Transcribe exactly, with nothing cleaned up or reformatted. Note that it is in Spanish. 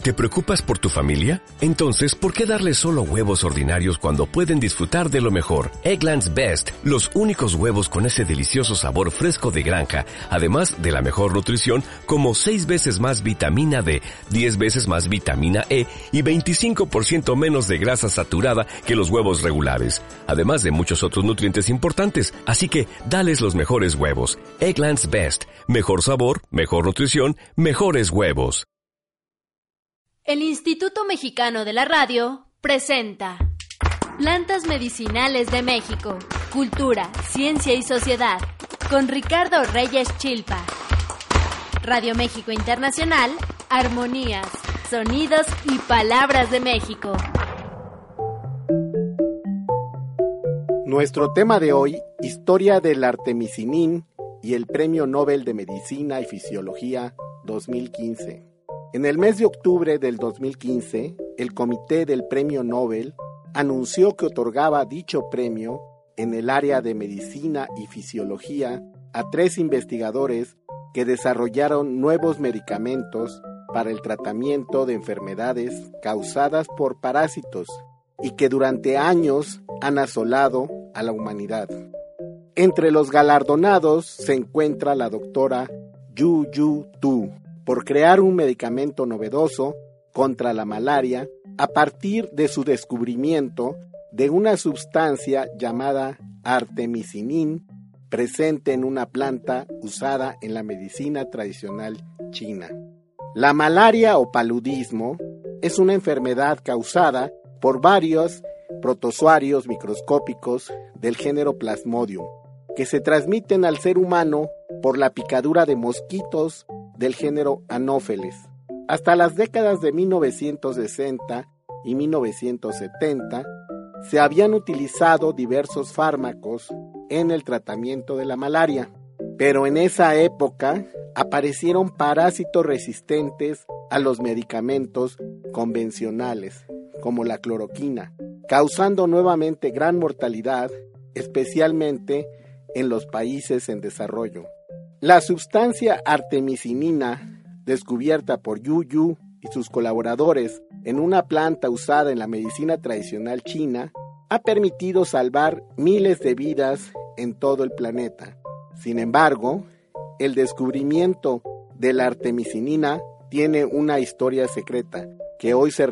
¿Te preocupas por tu familia? Entonces, ¿por qué darles solo huevos ordinarios cuando pueden disfrutar de lo mejor? Eggland's Best, los únicos huevos con ese delicioso sabor fresco de granja, además de la mejor nutrición, como seis veces más vitamina D, diez veces más vitamina E y veinticinco por ciento menos de grasa saturada que los huevos regulares, además de muchos otros nutrientes importantes. Así que, dales los mejores huevos. Eggland's Best, mejor sabor, mejor nutrición, mejores huevos. El Instituto Mexicano de la Radio presenta Plantas Medicinales de México, Cultura, Ciencia y Sociedad, con Ricardo Reyes Chilpa. Radio México Internacional, Armonías, Sonidos y Palabras de México. Nuestro tema de hoy, historia del artemisinin y el Premio Nobel de Medicina y Fisiología dos mil quince. En el mes de octubre del dos mil quince, el Comité del Premio Nobel anunció que otorgaba dicho premio en el área de medicina y fisiología a tres investigadores que desarrollaron nuevos medicamentos para el tratamiento de enfermedades causadas por parásitos y que durante años han asolado a la humanidad. Entre los galardonados se encuentra la doctora Yu Yu Tu, por crear un medicamento novedoso contra la malaria a partir de su descubrimiento de una sustancia llamada artemisinin presente en una planta usada en la medicina tradicional china. La malaria o paludismo es una enfermedad causada por varios protozoarios microscópicos del género Plasmodium, que se transmiten al ser humano por la picadura de mosquitos del género Anopheles. Hasta las décadas de mil novecientos sesenta y mil novecientos setenta se habían utilizado diversos fármacos en el tratamiento de la malaria, pero en esa época aparecieron parásitos resistentes a los medicamentos convencionales, como la cloroquina, causando nuevamente gran mortalidad, especialmente en los países en desarrollo. La sustancia artemisinina, descubierta por Yu Yu y sus colaboradores en una planta usada en la medicina tradicional china, ha permitido salvar miles de vidas en todo el planeta. Sin embargo, el descubrimiento de la artemisinina tiene una historia secreta que hoy se